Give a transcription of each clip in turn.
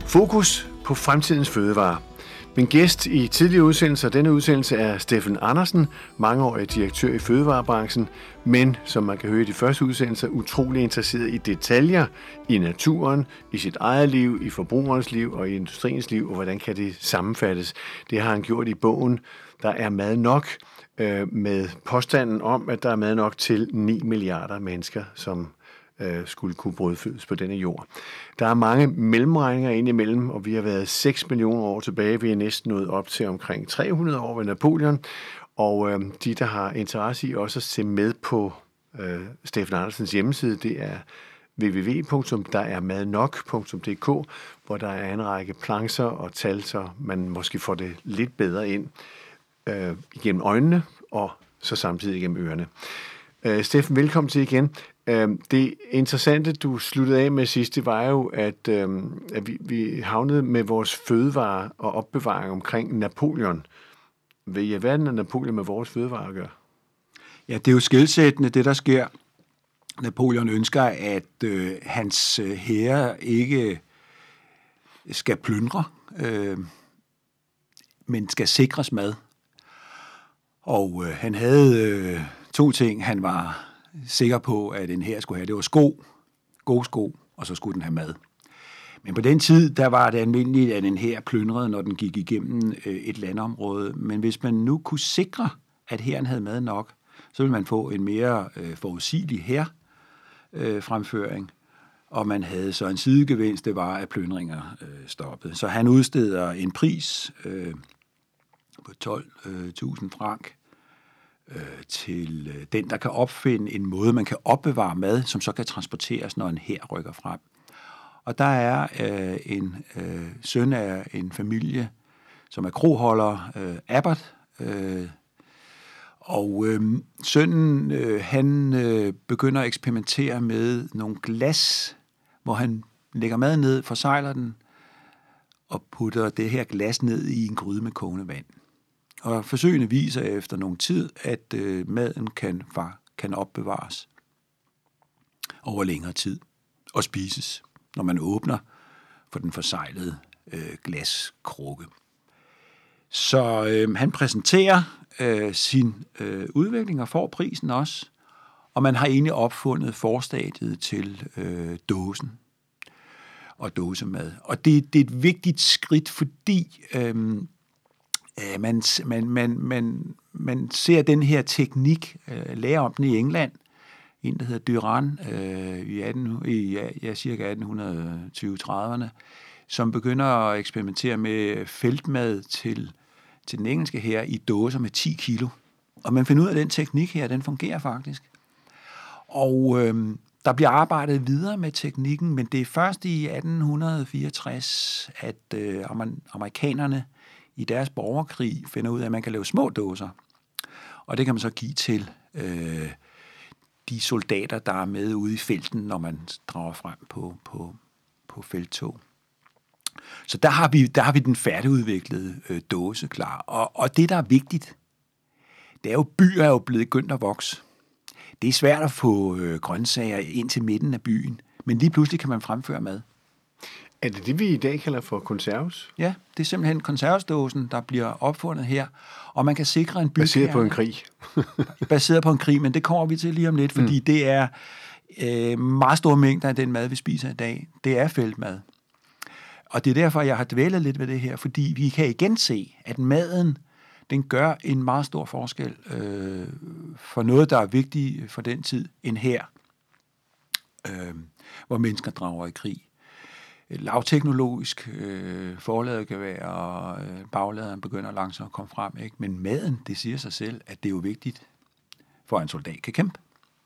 Fokus på fremtidens fødevarer. Min gæst i tidligere udsendelser, denne udsendelse, er Steffen Andersen, mangeårig direktør i fødevarebranchen, men som man kan høre i de første udsendelser, utrolig interesseret i detaljer i naturen, i sit eget liv, i forbrugerens liv og i industriens liv, og hvordan kan det sammenfattes. Det har han gjort i bogen Der er mad nok, med påstanden om, at der er mad nok til 9 milliarder mennesker, som skulle kunne brødfødes på denne jord. Der er mange mellemregninger indimellem, og vi har været 6 millioner år tilbage. Vi er næsten nået op til omkring 300 år ved Napoleon, og de, der har interesse i også at se med på Steffen Andersens hjemmeside, det er www.derermadnok.dk, hvor der er en række plancher og tal, så man måske får det lidt bedre ind igennem øjnene, og så samtidig igennem ørerne. Steffen, velkommen til igen. Det interessante, du sluttede af med sidst, det var jo, at vi havnede med vores fødevarer og opbevaring omkring Napoleon. Hvad i verden er Napoleon med vores fødevarer at gøre? Ja, det er jo skelsættende, det der sker. Napoleon ønsker, at hans hære ikke skal plyndre, men skal sikres mad. Og han havde to ting, han var sikker på, at en hær skulle have. Det var sko, gode sko, og så skulle den have mad. Men på den tid, der var det almindeligt, at en hær plyndrede, når den gik igennem et landområde. Men hvis man nu kunne sikre, at hæren havde mad nok, så ville man få en mere forudsigelig hærfremføring. Og man havde så en sidegevinst, det var, at plyndringer stoppede. Så han udsteder en pris på 12.000 franc til den, der kan opfinde en måde, man kan opbevare mad, som så kan transporteres, når en hær rykker frem. Og der er en søn af en familie, som er kroholder, Abbot, og sønnen, han begynder at eksperimentere med nogle glas, hvor han lægger mad ned, forsegler den, og putter det her glas ned i en gryde med kogende vand. Og forsøgene viser efter nogen tid, at maden kan opbevares over længere tid og spises, når man åbner for den forseglede glaskrukke. Så han præsenterer sin udvikling og får prisen også, og man har egentlig opfundet forstadiet til dåsen og dåsemad. Og det er et vigtigt skridt, fordi man ser den her teknik, lærer om den i England, en der hedder Duran i cirka 1820-30'erne, som begynder at eksperimentere med feltmad til den engelske hær i dåser med 10 kilo. Og man finder ud af, at den teknik her, den fungerer faktisk. Og der bliver arbejdet videre med teknikken, men det er først i 1864, at amerikanerne i deres borgerkrig finder ud af, at man kan lave små dåser. Og det kan man så give til de soldater, der er med ude i felten, når man drager frem på felttog. Så der har vi den færdigudviklede dåse klar. Og det, der er vigtigt, det er jo, byer er jo blevet begyndt at vokse. Det er svært at få grøntsager ind til midten af byen, men lige pludselig kan man fremføre mad. Er det det, vi i dag kalder for konserves? Ja, det er simpelthen konservesdåsen, der bliver opfundet her, og man kan sikre en bykerne. Baseret på en krig. Baseret på en krig, men det kommer vi til lige om lidt, fordi det er meget store mængder af den mad, vi spiser i dag. Det er feltmad. Og det er derfor, jeg har dvælet lidt ved det her, fordi vi kan igen se, at maden, den gør en meget stor forskel for noget, der er vigtigt for den tid, en hær, hvor mennesker drager i krig. Lavteknologisk forladegevær og bagladeren begynder langsomt at komme frem, ikke? Men maden, det siger sig selv, at det er jo vigtigt, for at en soldat kan kæmpe.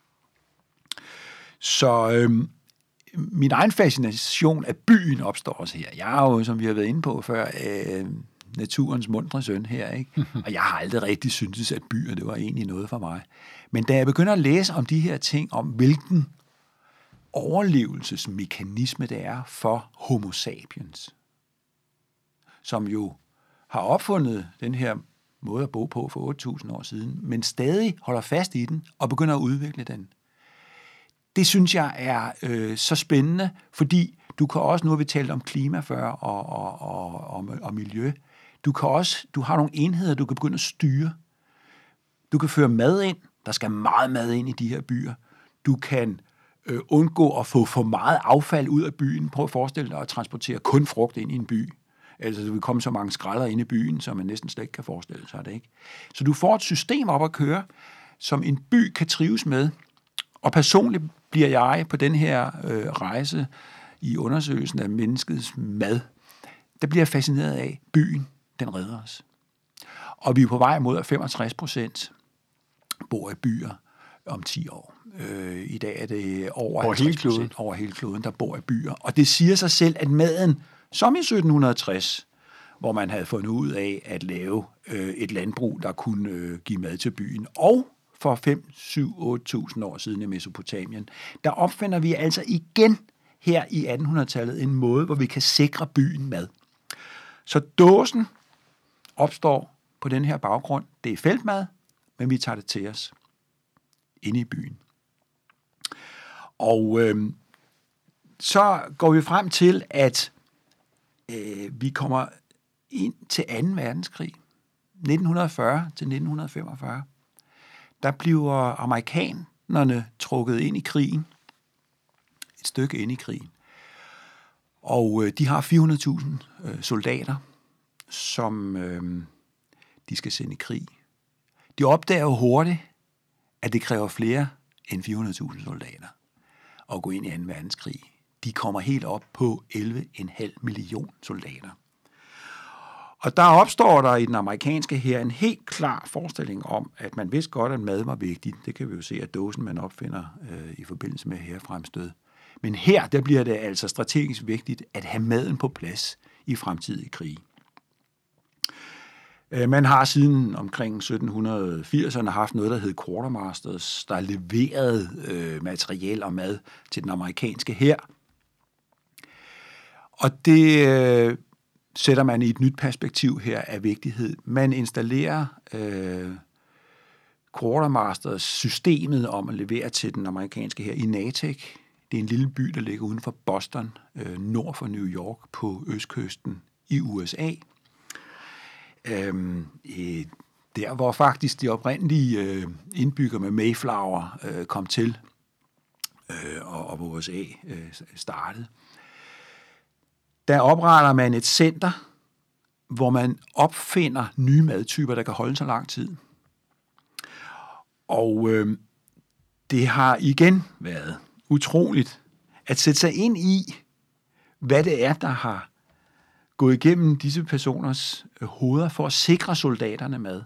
Så min egen fascination af byen opstår også her. Jeg er jo, som vi har været inde på før, naturens muntre søn her, ikke? Og jeg har aldrig rigtig syntes, at byer, det var egentlig noget for mig. Men da jeg begynder at læse om de her ting, om hvilken overlevelsesmekanisme det er for Homo sapiens, som jo har opfundet den her måde at bo på for 8.000 år siden, men stadig holder fast i den og begynder at udvikle den. Det synes jeg er så spændende, fordi Du kan også, nu har vi talt om klima før og miljø, du har nogle enheder, du kan begynde at styre. Du kan føre mad ind. Der skal meget mad ind i de her byer. Du kan undgå at få for meget affald ud af byen. Prøv at forestille dig at transportere kun frugt ind i en by. Altså, der vil komme så mange skralder ind i byen, som man næsten slet ikke kan forestille sig det, ikke? Så du får et system op at køre, som en by kan trives med. Og personligt bliver jeg på den her rejse i undersøgelsen af menneskets mad, der bliver jeg fascineret af byen, den redder os. Og vi er på vej mod, at 65% bor i byer om 10 år. I dag er det over hele kloden, der bor i byer. Og det siger sig selv, at maden, som i 1760, hvor man havde fundet ud af at lave et landbrug, der kunne give mad til byen, og for 5-7-8.000 år siden i Mesopotamien, der opfinder vi altså igen her i 1800-tallet en måde, hvor vi kan sikre byen mad. Så dåsen opstår på den her baggrund. Det er feltmad, men vi tager det til os inde i byen. Og så går vi frem til, at vi kommer ind til 2. verdenskrig, 1940 til 1945. Der bliver amerikanerne trukket ind i krigen, et stykke ind i krigen. Og de har 400.000 soldater, som de skal sende i krig. De opdager jo hurtigt, at det kræver flere end 400.000 soldater at gå ind i 2. verdenskrig. De kommer helt op på 11,5 millioner soldater. Og der opstår der i den amerikanske hær en helt klar forestilling om, at man vidste godt, at mad var vigtigt. Det kan vi jo se af dåsen, man opfinder i forbindelse med hærfremstød. Men her, der bliver det altså strategisk vigtigt at have maden på plads i fremtidige krige. Man har siden omkring 1780'erne haft noget, der hed quartermasters, der leverede materiel og mad til den amerikanske hær. Og det sætter man i et nyt perspektiv her af vigtighed. Man installerer quartermasters-systemet om at levere til den amerikanske hær i Natick. Det er en lille by, der ligger uden for Boston, nord for New York på østkysten i USA. Der hvor faktisk de oprindelige indbyggere med Mayflower kom til, og hvor USA startede. Der opretter man et center, hvor man opfinder nye madtyper, der kan holde så lang tid. Og det har igen været utroligt at sætte sig ind i, hvad det er, der har gået igennem disse personers hoveder for at sikre soldaterne mad.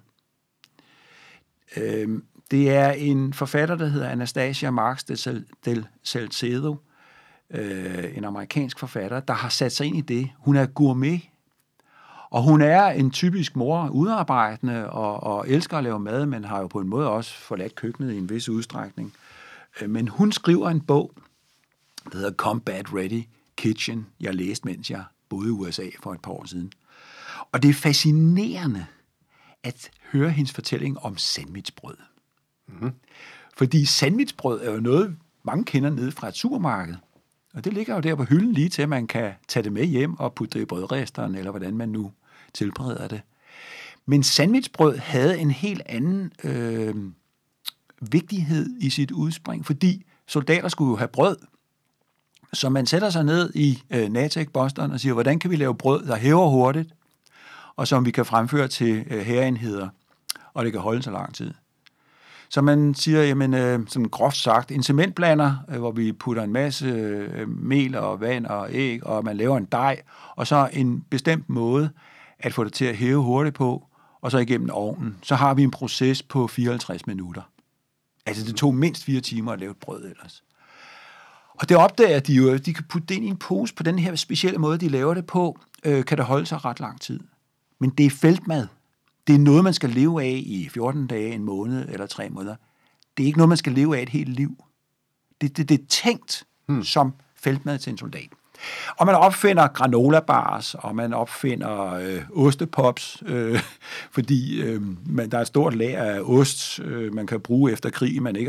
Det er en forfatter, der hedder Anastasia Marx del Salcedo, en amerikansk forfatter, der har sat sig ind i det. Hun er gourmet, og hun er en typisk mor, udarbejdende og elsker at lave mad, men har jo på en måde også forladt køkkenet i en vis udstrækning. Men hun skriver en bog, der hedder Combat Ready Kitchen, jeg læste, mens jeg boede i USA for et par år siden. Og det er fascinerende at høre hendes fortælling om sandwichbrød. Mm-hmm. Fordi sandwichbrød er jo noget, mange kender nede fra et supermarked. Og det ligger jo der på hylden lige til, at man kan tage det med hjem og putte det i brødresteren, eller hvordan man nu tilbereder det. Men sandwichbrød havde en helt anden vigtighed i sit udspring, fordi soldater skulle jo have brød. Så man sætter sig ned i Natick, Boston, og siger, hvordan kan vi lave brød, der hæver hurtigt, og som vi kan fremføre til hærenheder, og det kan holde så lang tid. Så man siger, jamen, sådan groft sagt, en cementblander, hvor vi putter en masse mel og vand og æg, og man laver en dej, og så en bestemt måde at få det til at hæve hurtigt på, og så igennem ovnen. Så har vi en proces på 54 minutter. Altså, det tog mindst 4 timer at lave et brød ellers. Og det opdager de jo, at de kan putte det ind i en pose på den her specielle måde, de laver det på, kan det holde sig ret lang tid. Men det er feltmad. Det er noget, man skal leve af i 14 dage, en måned eller 3 måneder. Det er ikke noget, man skal leve af et helt liv. Det er tænkt som feltmad til en soldat. Og man opfinder granola-bars, og man opfinder ostepops, fordi der er et stort lager af ost, man kan bruge efter krig, man ikke har fået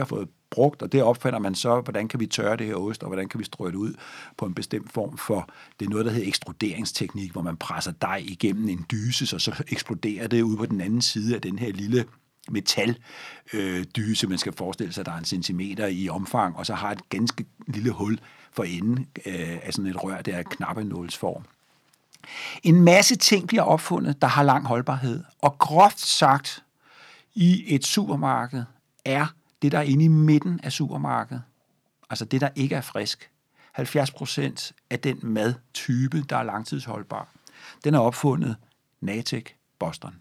brugt, og det opfatter man så, hvordan kan vi tørre det her ost, og hvordan kan vi strø det ud på en bestemt form for, det er noget, der hedder eksploderingsteknik, hvor man presser dej igennem en dyse, og så eksploderer det ud på den anden side af den her lille metaldyse, man skal forestille sig, der er 1 centimeter i omfang, og så har et ganske lille hul for enden af sådan et rør, der er knappenålsform. En masse ting bliver opfundet, der har lang holdbarhed, og groft sagt, i et supermarked er det, der er inde i midten af supermarkedet, altså det, der ikke er frisk, 70% af den madtype, der er langtidsholdbar, den er opfundet Natech Boston.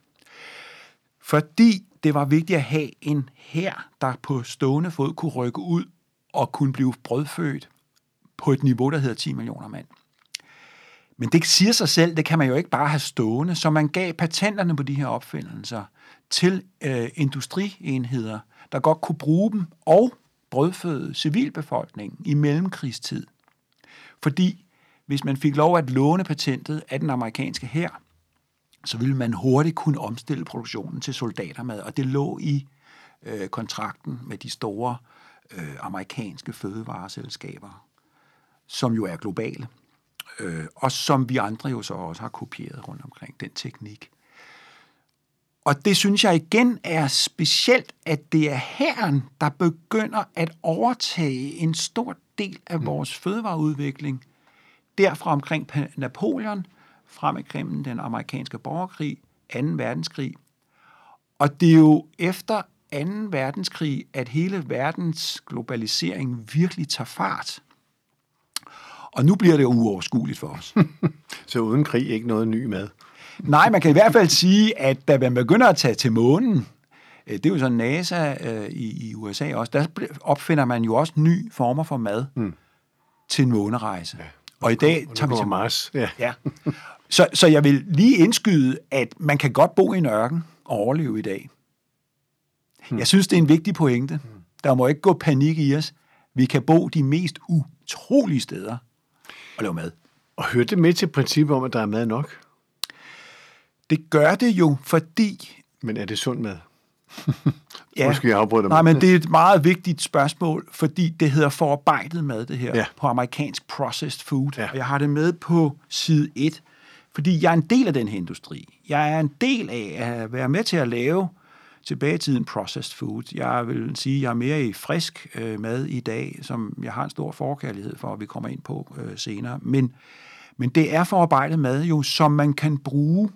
Fordi det var vigtigt at have en hær, der på stående fod kunne rykke ud og kunne blive brødfødt på et niveau, der hedder 10 millioner mand. Men det siger sig selv, det kan man jo ikke bare have stående, så man gav patenterne på de her opfindelser til industrienheder, der godt kunne bruge dem og brødføde civilbefolkningen i mellemkrigstid. Fordi hvis man fik lov at låne patentet af den amerikanske hær, så ville man hurtigt kunne omstille produktionen til soldatermad, og det lå i kontrakten med de store amerikanske fødevareselskaber, som jo er globale, og som vi andre jo så også har kopieret rundt omkring den teknik. Og det synes jeg igen er specielt, at det er hæren, der begynder at overtage en stor del af vores fødevareudvikling, derfra omkring Napoleon, frem igennem den amerikanske borgerkrig, 2. verdenskrig. Og det er jo efter 2. verdenskrig, at hele verdens globalisering virkelig tager fart. Og nu bliver det uoverskueligt for os. Så uden krig ikke noget ny mad? Nej, man kan i hvert fald sige, at da man begynder at tage til månen, det er jo sådan NASA i USA også, der opfinder man jo også nye former for mad til en månerejse. Ja. Og i dag tager vi til Mars. Ja. Så jeg vil lige indskyde, at man kan godt bo i en ørken og overleve i dag. Jeg synes, det er en vigtig pointe. Der må ikke gå panik i os. Vi kan bo de mest utrolige steder og lave mad. Og hører det med til princippet om, at der er mad nok? Det gør det jo, fordi... Men er det sund mad? Ja. Måske jeg afbryder mig. Nej, men det er et meget vigtigt spørgsmål, fordi det hedder forarbejdet mad, det her, på amerikansk processed food. Ja. Og jeg har det med på side 1, fordi jeg er en del af den her industri. Jeg er en del af at være med til at lave tilbage i tiden processed food. Jeg vil sige, at jeg er mere i frisk mad i dag, som jeg har en stor forkærlighed for, at vi kommer ind på senere. Men det er forarbejdet mad jo, som man kan bruge.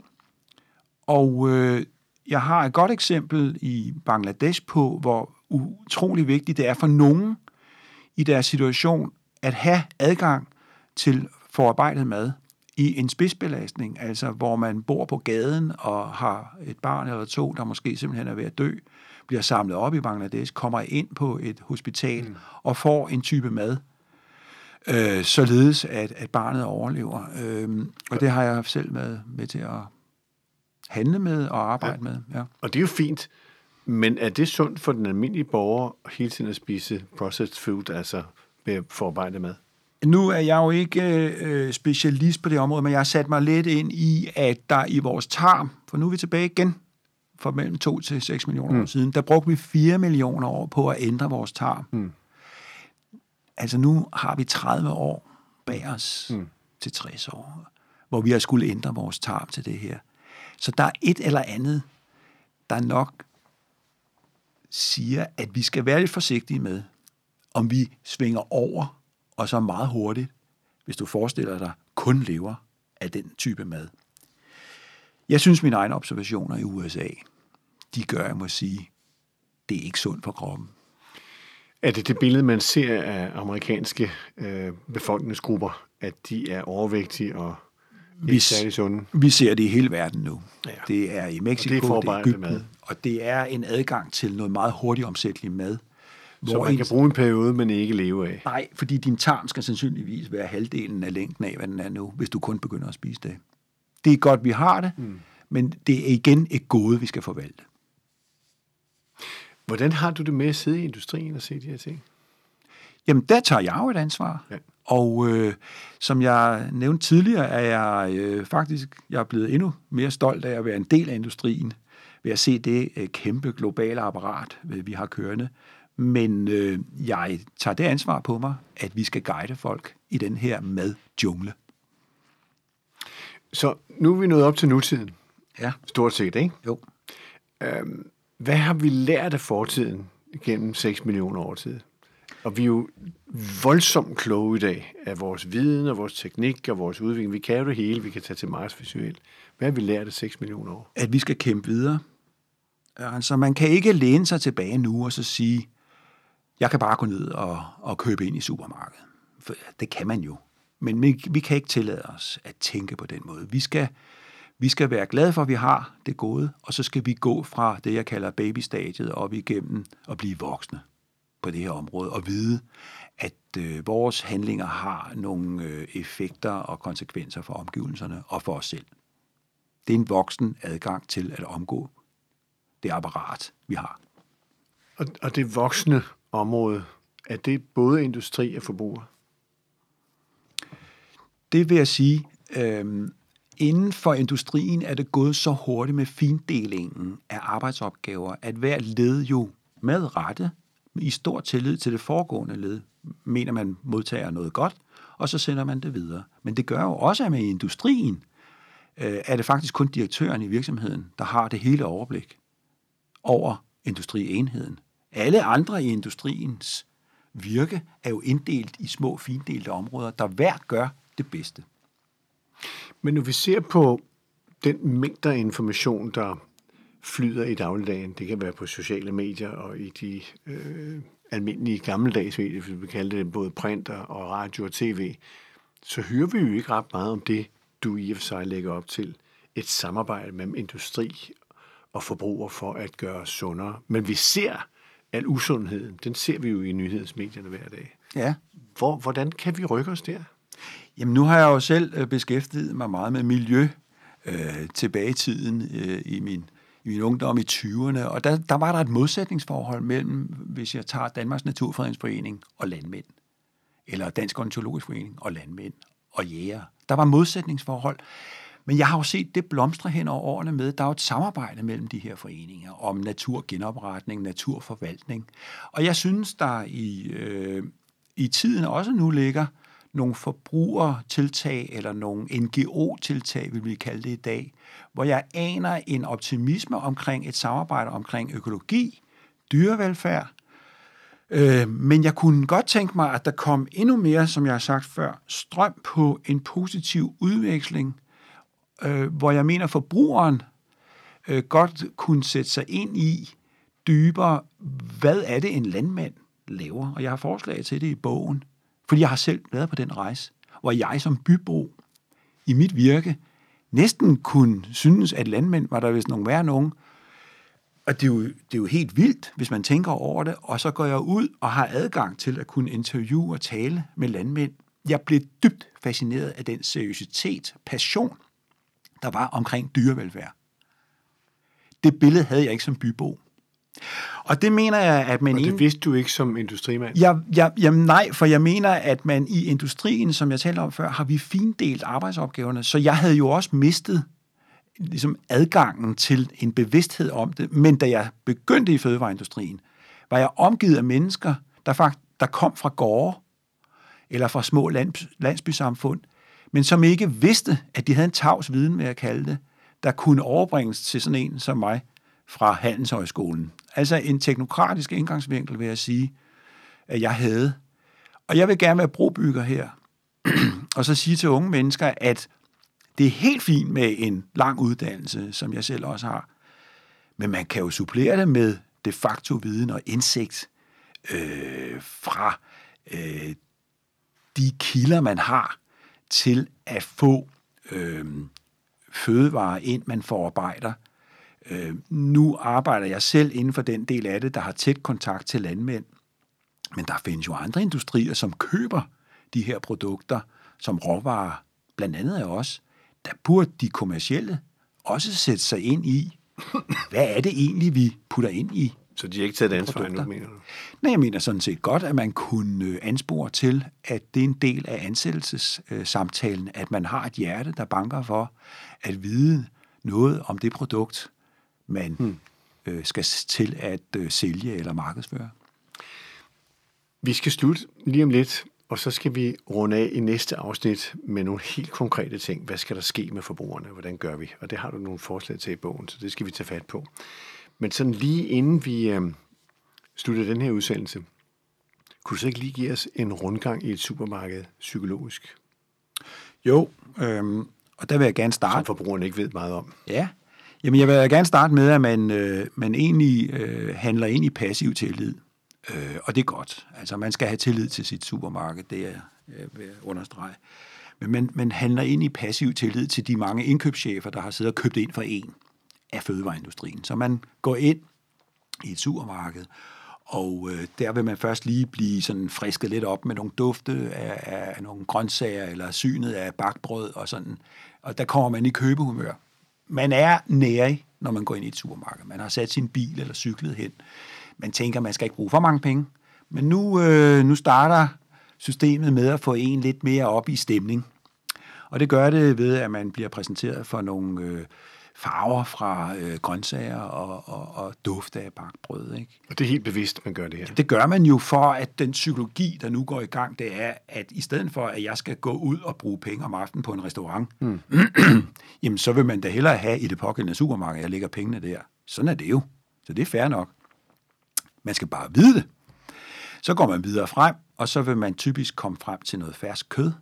Og jeg har et godt eksempel i Bangladesh på, hvor utrolig vigtigt det er for nogen i deres situation at have adgang til forarbejdet mad i en spidsbelastning, altså hvor man bor på gaden og har et barn eller 2, der måske simpelthen er ved at dø, bliver samlet op i Bangladesh, kommer ind på et hospital og får en type mad, således at barnet overlever. Og det har jeg selv været med til at handle med og arbejde med. Ja. Og det er jo fint, men er det sundt for den almindelige borger hele tiden at spise processed food, altså med forarbejdet mad? Nu er jeg jo ikke specialist på det område, men jeg har sat mig lidt ind i, at der i vores tarm, for nu er vi tilbage igen, for mellem 2 til 6 millioner år siden, der brugte vi 4 millioner år på at ændre vores tarm. Altså nu har vi 30 år bag os til 60 år, hvor vi har skulle ændre vores tarm til det her. Så der er et eller andet, der nok siger, at vi skal være lidt forsigtige med, om vi svinger over, og så meget hurtigt, hvis du forestiller dig, kun lever af den type mad. Jeg synes, mine egne observationer i USA, de gør, jeg må sige, det er ikke sundt for kroppen. Er det billede, man ser af amerikanske befolkningsgrupper, at de er overvægtige og ikke særlig sunde? Vi ser det i hele verden nu. Ja. Det er i Mexico, det er Egypten, mad. Og det er en adgang til noget meget hurtigt omsættelig mad. Så man kan bruge en periode, men ikke leve af? Nej, fordi din tarm skal sandsynligvis være halvdelen af længden af, hvad den er nu, hvis du kun begynder at spise det. Det er godt, vi har det, men det er igen et gode, vi skal forvalte. Hvordan har du det med at sidde i industrien og se de her ting? Jamen, der tager jeg jo et ansvar. Ja. Og som jeg nævnte tidligere, er jeg jeg er blevet endnu mere stolt af at være en del af industrien, ved at se det kæmpe globale apparat, vi har kørende, Men jeg tager det ansvar på mig, at vi skal guide folk i den her madjungle. Så nu er vi nået op til nutiden. Ja. Stort set, ikke? Jo. Hvad har vi lært af fortiden gennem 6 millioner år tid? Og vi er jo voldsomt kloge i dag af vores viden og vores teknik og vores udvikling. Vi kan jo det hele, vi kan tage til Mars visuelt. Hvad har vi lært af 6 millioner år? At vi skal kæmpe videre. Altså, man kan ikke læne sig tilbage nu og så sige, jeg kan bare gå ned og købe ind i supermarkedet. For det kan man jo. Men vi kan ikke tillade os at tænke på den måde. Vi skal være glade for, at vi har det gode, og så skal vi gå fra det, jeg kalder babystadiet, op igennem og blive voksne på det her område, og vide, at vores handlinger har nogle effekter og konsekvenser for omgivelserne og for os selv. Det er en voksen adgang til at omgå det apparat, vi har. Og det voksne område, er det både industri og forbruger? Det vil jeg sige, inden for industrien er det gået så hurtigt med findelingen af arbejdsopgaver, at hver led jo med rette, i stor tillid til det foregående led, mener man modtager noget godt, og så sender man det videre. Men det gør jo også, at med industrien er det faktisk kun direktøren i virksomheden, der har det hele overblik over industrienheden. Alle andre i industriens virke er jo inddelt i små findelte områder, der hver gør det bedste. Men når vi ser på den mængde af information, der flyder i dagligdagen, det kan være på sociale medier og i de almindelige gammeldags medier, hvis vi kalder det både print og radio og tv, så hører vi jo ikke ret meget om det, du i og for sig lægger op til. Et samarbejde mellem industri og forbruger for at gøre os sundere. Men vi ser al usundheden, den ser vi jo i nyhedsmedierne hver dag. Ja. Hvordan kan vi rykke os der? Jamen, nu har jeg jo selv beskæftiget mig meget med miljø tilbage i tiden i min ungdom i 20'erne, og der var der et modsætningsforhold mellem, hvis jeg tager Danmarks Naturfredningsforening og landmænd, eller Dansk Ornitologisk Forening og landmænd og jægere. Der var modsætningsforhold, men jeg har jo set det blomstre hen over årene med, der er jo et samarbejde mellem de her foreninger om naturgenopretning, naturforvaltning, og jeg synes, der i tiden også nu ligger nogle forbrugertiltag eller nogle NGO-tiltag, vil vi kalde det i dag, hvor jeg aner en optimisme omkring et samarbejde omkring økologi, dyrevelfærd, men jeg kunne godt tænke mig, at der kom endnu mere, som jeg har sagt før, strøm på en positiv udveksling, hvor jeg mener, forbrugeren godt kunne sætte sig ind i dybere, hvad er det, en landmand laver? Og jeg har forslag til det i bogen, fordi jeg har selv været på den rejse, hvor jeg som bybo i mit virke næsten kunne synes, at landmænd var der vist nogle værre nogen. Og det er jo helt vildt, hvis man tænker over det. Og så går jeg ud og har adgang til at kunne interviewe og tale med landmænd. Jeg blev dybt fascineret af den seriøsitet, passion, der var omkring dyrevelfærd. Det billede havde jeg ikke som bybo. Og det mener jeg, at man... Og det vidste du ikke som industrimand? Jamen nej, for jeg mener, at man i industrien, som jeg talte om før, har vi findelt arbejdsopgaverne, så jeg havde jo også mistet ligesom adgangen til en bevidsthed om det. Men da jeg begyndte i fødevareindustrien, var jeg omgivet af mennesker, der kom fra gårde eller fra små landsbysamfund, men som ikke vidste, at de havde en tavs viden, vil jeg kalde det, der kunne overbringes til sådan en som mig fra Handelshøjskolen. Altså en teknokratisk indgangsvinkel, vil jeg sige, at jeg havde. Og jeg vil gerne være brobygger her, og så sige til unge mennesker, at det er helt fint med en lang uddannelse, som jeg selv også har, men man kan jo supplere det med de facto viden og indsigt fra de kilder, man har til at få fødevarer ind, man forarbejder. Nu arbejder jeg selv inden for den del af det, der har tæt kontakt til landmænd. Men der findes jo andre industrier, som køber de her produkter som råvarer, blandt andet af os. Der burde de kommercielle også sætte sig ind i, hvad er det egentlig, vi putter ind i. Så de har ikke taget ansvar nu, mener du? Nej, jeg mener sådan set godt, at man kunne anspore til, at det er en del af ansættelsessamtalen, at man har et hjerte, der banker for at vide noget om det produkt, man skal til at sælge eller markedsføre. Vi skal slutte lige om lidt, og så skal vi runde af i næste afsnit med nogle helt konkrete ting. Hvad skal der ske med forbrugerne? Hvordan gør vi? Og det har du nogle forslag til i bogen, så det skal vi tage fat på. Men sådan lige inden vi slutter den her udsendelse, kunne du så ikke lige give os en rundgang i et supermarked psykologisk? Jo, og der vil jeg gerne starte. Som forbrugerne ikke ved meget om. Ja, jamen jeg vil gerne starte med, at man egentlig handler ind i passiv tillid. Og det er godt. Altså man skal have tillid til sit supermarked, det er vil jeg understrege. Men man handler ind i passiv tillid til de mange indkøbschefer, der har siddet og købt ind for en af fødevareindustrien. Så man går ind i et supermarked, og der vil man først lige blive sådan frisket lidt op med nogle dufte af nogle grøntsager, eller synet af bakbrød og sådan. Og der kommer man i købehumør. Man er nærig, når man går ind i et supermarked. Man har sat sin bil eller cyklet hen. Man tænker, man skal ikke bruge for mange penge. Men nu starter systemet med at få en lidt mere op i stemning. Og det gør det ved, at man bliver præsenteret for nogle farver fra grøntsager og duft af bakbrød. Ikke? Og det er helt bevidst, man gør det her. Det gør man jo for, at den psykologi, der nu går i gang, det er, at i stedet for, at jeg skal gå ud og bruge penge om aftenen på en restaurant, jamen så vil man da hellere have i det pågældende supermarked, jeg lægger pengene der. Sådan er det jo. Så det er fair nok. Man skal bare vide det. Så går man videre frem, og så vil man typisk komme frem til noget fersk kød.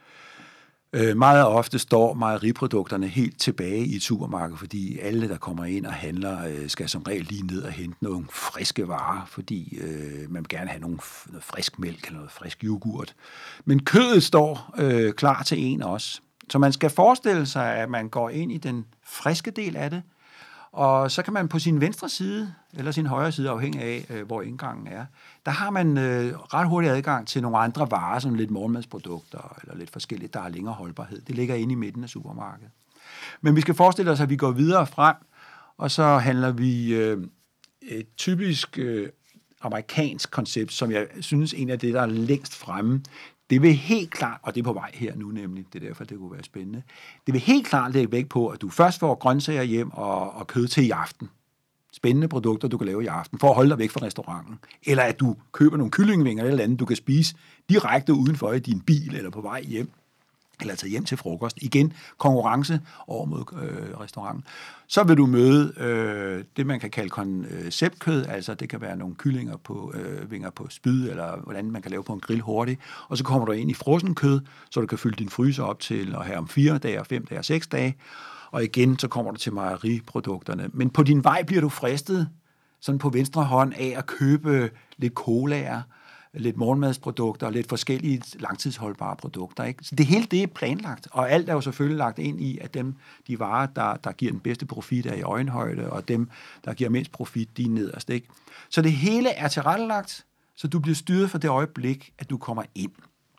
Meget ofte står mejeriprodukterne helt tilbage i et supermarked, fordi alle, der kommer ind og handler, skal som regel lige ned og hente nogle friske varer, fordi man vil gerne have noget frisk mælk eller noget frisk yoghurt. Men kødet står klar til en også. Så man skal forestille sig, at man går ind i den friske del af det, og så kan man på sin venstre side, eller sin højre side, afhængig af, hvor indgangen er, der har man ret hurtig adgang til nogle andre varer, som lidt morgenmadsprodukter, eller lidt forskelligt, der har længere holdbarhed. Det ligger inde i midten af supermarkedet. Men vi skal forestille os, at vi går videre frem, og så handler vi et typisk amerikansk koncept, som jeg synes en af det, der er længst fremme. Det vil helt klart, og det er på vej her nu nemlig, det er derfor, det kunne være spændende, det vil helt klart lægge vægt på, at du først får grøntsager hjem og kød til i aften. Spændende produkter, du kan lave i aften, for at holde dig væk fra restauranten. Eller at du køber nogle kyllingvinger eller andet, du kan spise direkte udenfor i din bil eller på vej hjem. Eller tage hjem til frokost. Igen, konkurrence over mod restauranten. Så vil du møde det, man kan kalde konceptkød, altså det kan være nogle kyllinger på vinger på spyd, eller hvordan man kan lave på en grill hurtigt. Og så kommer du ind i frossenkød, så du kan fylde din fryser op til at have om 4 dage, 5 dage og 6 dage. Og igen, så kommer du til mejeriprodukterne. Men på din vej bliver du fristet sådan på venstre hånd af at købe lidt colaer, lidt morgenmadsprodukter og lidt forskellige langtidsholdbare produkter. Ikke? Så det hele det er planlagt, og alt er jo selvfølgelig lagt ind i, at de varer, der giver den bedste profit, er i øjenhøjde, og dem, der giver mindst profit, de er nederst. Ikke? Så det hele er tilrettelagt, så du bliver styret for det øjeblik, at du kommer ind.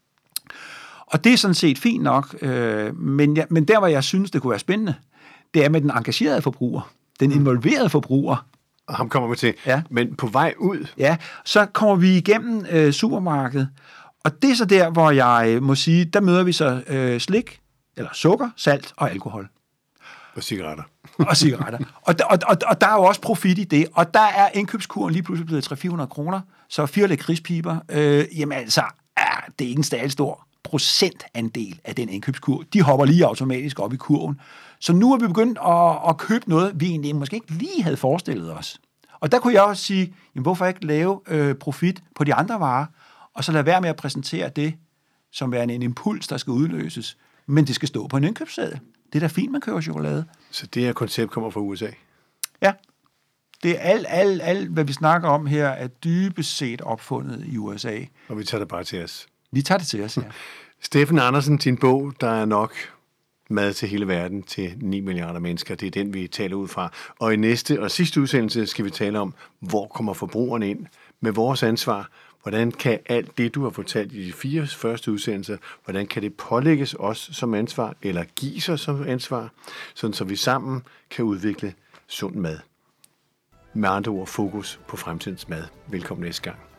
Og det er sådan set fint nok, men der, hvor jeg synes, det kunne være spændende, det er med den engagerede forbruger, den involverede forbruger. Og ham kommer vi til. Ja. Men på vej ud... Ja, så kommer vi igennem supermarkedet, og det er så der, hvor jeg må sige, der møder vi så slik, eller sukker, salt og alkohol. Og cigaretter. Og cigaretter. Og der er jo også profit i det, og der er indkøbskuren lige pludselig blevet 300-400 kroner, så 4 lakridspiber, jamen altså, det er ikke en stadig stor procentandel af den indkøbskur. De hopper lige automatisk op i kurven. Så nu er vi begyndt at købe noget, vi egentlig måske ikke lige havde forestillet os. Og der kunne jeg også sige, jamen, hvorfor ikke lave profit på de andre varer, og så lade være med at præsentere det, som er en impuls, der skal udløses, men det skal stå på en indkøbsseddel. Det er da fint, man køber chokolade. Så det her koncept kommer fra USA? Ja. Det er alt, hvad vi snakker om her, er dybest set opfundet i USA. Og vi tager det bare til os. Vi tager det til os, ja. Steffen Andersen, din bog, der er nok mad til hele verden, til 9 milliarder mennesker. Det er den, vi taler ud fra. Og i næste og sidste udsendelse skal vi tale om, hvor kommer forbrugerne ind med vores ansvar. Hvordan kan alt det, du har fortalt i de 4 første udsendelser, hvordan kan det pålægges os som ansvar, eller gives os som ansvar, sådan så vi sammen kan udvikle sund mad. Med andre ord, fokus på fremtidens mad. Velkommen næste gang.